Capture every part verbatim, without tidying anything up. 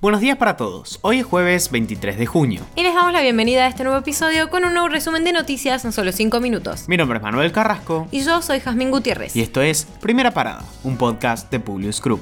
Buenos días para todos, hoy es jueves veintitrés de junio. Y les damos la bienvenida a este nuevo episodio con un nuevo resumen de noticias en solo cinco minutos. Mi nombre es Manuel Carrasco. Y yo soy Jazmín Gutiérrez. Y esto es Primera Parada, un podcast de Publius Group.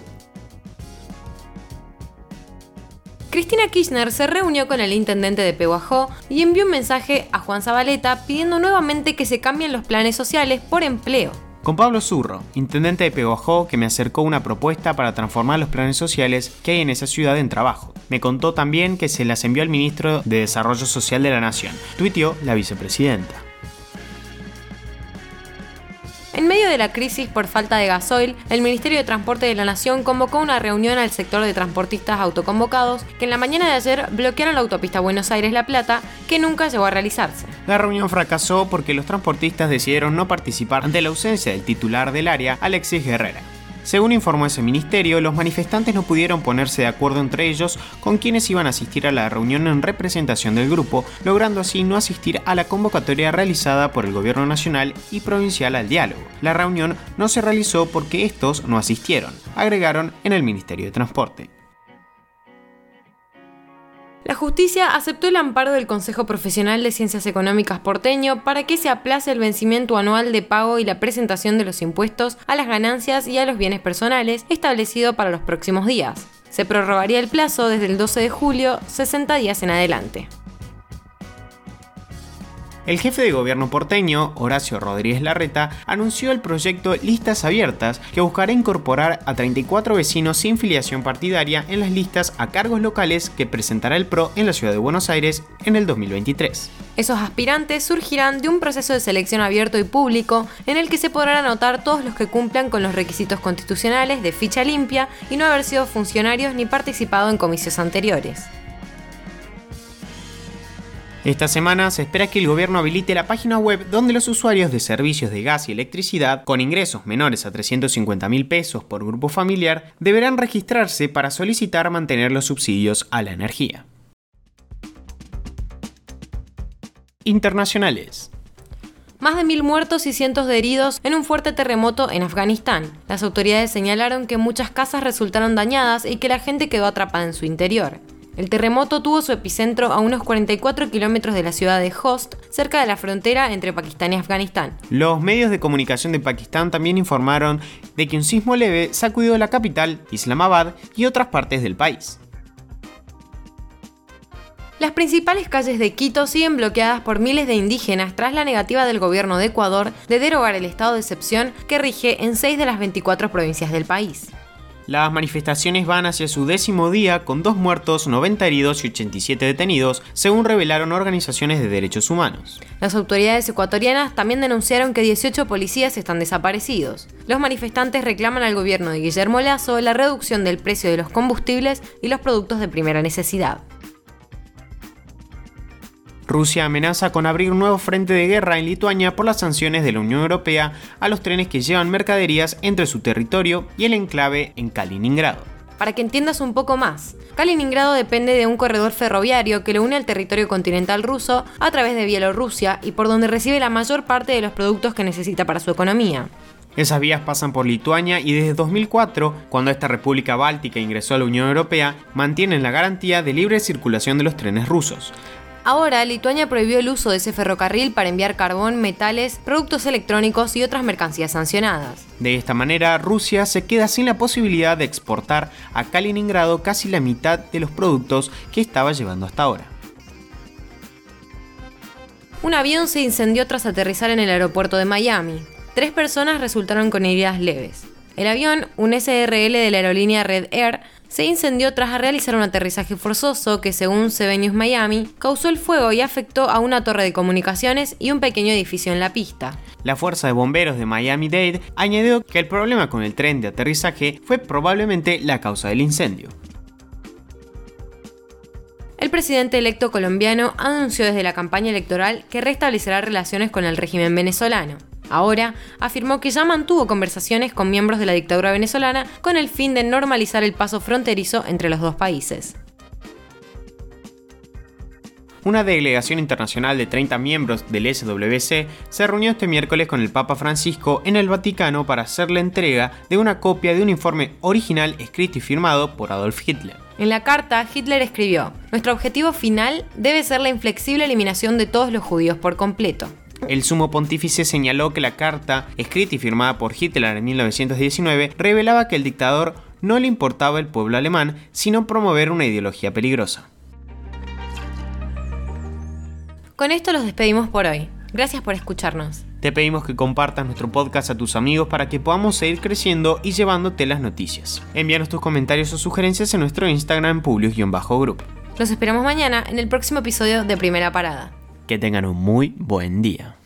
Cristina Kirchner se reunió con el intendente de Pehuajó y envió un mensaje a Juan Zabaleta pidiendo nuevamente que se cambien los planes sociales por empleo. Con Pablo Zurro, intendente de Pehuajó, que me acercó una propuesta para transformar los planes sociales que hay en esa ciudad en trabajo. Me contó también que se las envió al ministro de Desarrollo Social de la Nación, tuiteó la vicepresidenta. En medio de la crisis por falta de gasoil, el Ministerio de Transporte de la Nación convocó una reunión al sector de transportistas autoconvocados que en la mañana de ayer bloquearon la autopista Buenos Aires-La Plata, que nunca llegó a realizarse. La reunión fracasó porque los transportistas decidieron no participar ante la ausencia del titular del área, Alexis Guerrera. Según informó ese ministerio, los manifestantes no pudieron ponerse de acuerdo entre ellos con quienes iban a asistir a la reunión en representación del grupo, logrando así no asistir a la convocatoria realizada por el gobierno nacional y provincial al diálogo. La reunión no se realizó porque estos no asistieron, agregaron en el Ministerio de Transporte. La justicia aceptó el amparo del Consejo Profesional de Ciencias Económicas porteño para que se aplace el vencimiento anual de pago y la presentación de los impuestos a las ganancias y a los bienes personales establecido para los próximos días. Se prorrogaría el plazo desde el doce de julio, sesenta días en adelante. El jefe de gobierno porteño, Horacio Rodríguez Larreta, anunció el proyecto Listas Abiertas, que buscará incorporar a treinta y cuatro vecinos sin filiación partidaria en las listas a cargos locales que presentará el P R O en la ciudad de Buenos Aires en el dos mil veintitrés. Esos aspirantes surgirán de un proceso de selección abierto y público en el que se podrán anotar todos los que cumplan con los requisitos constitucionales de ficha limpia y no haber sido funcionarios ni participado en comicios anteriores. Esta semana se espera que el gobierno habilite la página web donde los usuarios de servicios de gas y electricidad con ingresos menores a trescientos cincuenta mil pesos por grupo familiar deberán registrarse para solicitar mantener los subsidios a la energía. Internacionales. Más de mil muertos y cientos de heridos en un fuerte terremoto en Afganistán. Las autoridades señalaron que muchas casas resultaron dañadas y que la gente quedó atrapada en su interior. El terremoto tuvo su epicentro a unos cuarenta y cuatro kilómetros de la ciudad de Khost, cerca de la frontera entre Pakistán y Afganistán. Los medios de comunicación de Pakistán también informaron de que un sismo leve sacudió la capital, Islamabad, y otras partes del país. Las principales calles de Quito siguen bloqueadas por miles de indígenas tras la negativa del gobierno de Ecuador de derogar el estado de excepción que rige en seis de las veinticuatro provincias del país. Las manifestaciones van hacia su décimo día con dos muertos, noventa heridos y ochenta y siete detenidos, según revelaron organizaciones de derechos humanos. Las autoridades ecuatorianas también denunciaron que dieciocho policías están desaparecidos. Los manifestantes reclaman al gobierno de Guillermo Lasso la reducción del precio de los combustibles y los productos de primera necesidad. Rusia amenaza con abrir un nuevo frente de guerra en Lituania por las sanciones de la Unión Europea a los trenes que llevan mercaderías entre su territorio y el enclave en Kaliningrado. Para que entiendas un poco más, Kaliningrado depende de un corredor ferroviario que lo une al territorio continental ruso a través de Bielorrusia y por donde recibe la mayor parte de los productos que necesita para su economía. Esas vías pasan por Lituania y desde dos mil cuatro, cuando esta república báltica ingresó a la Unión Europea, mantienen la garantía de libre circulación de los trenes rusos. Ahora, Lituania prohibió el uso de ese ferrocarril para enviar carbón, metales, productos electrónicos y otras mercancías sancionadas. De esta manera, Rusia se queda sin la posibilidad de exportar a Kaliningrado casi la mitad de los productos que estaba llevando hasta ahora. Un avión se incendió tras aterrizar en el aeropuerto de Miami. Tres personas resultaron con heridas leves. El avión, un ese erre ele de la aerolínea Red Air, se incendió tras realizar un aterrizaje forzoso que, según C B News Miami, causó el fuego y afectó a una torre de comunicaciones y un pequeño edificio en la pista. La Fuerza de Bomberos de Miami-Dade añadió que el problema con el tren de aterrizaje fue probablemente la causa del incendio. El presidente electo colombiano anunció desde la campaña electoral que restablecerá relaciones con el régimen venezolano. Ahora, afirmó que ya mantuvo conversaciones con miembros de la dictadura venezolana con el fin de normalizar el paso fronterizo entre los dos países. Una delegación internacional de treinta miembros del S W C se reunió este miércoles con el Papa Francisco en el Vaticano para hacer la entrega de una copia de un informe original escrito y firmado por Adolf Hitler. En la carta, Hitler escribió: "Nuestro objetivo final debe ser la inflexible eliminación de todos los judíos por completo". El sumo pontífice señaló que la carta, escrita y firmada por Hitler en mil novecientos diecinueve, revelaba que al dictador no le importaba el pueblo alemán, sino promover una ideología peligrosa. Con esto los despedimos por hoy. Gracias por escucharnos. Te pedimos que compartas nuestro podcast a tus amigos para que podamos seguir creciendo y llevándote las noticias. Envíanos tus comentarios o sugerencias en nuestro Instagram publius-group. Los esperamos mañana en el próximo episodio de Primera Parada. Que tengan un muy buen día.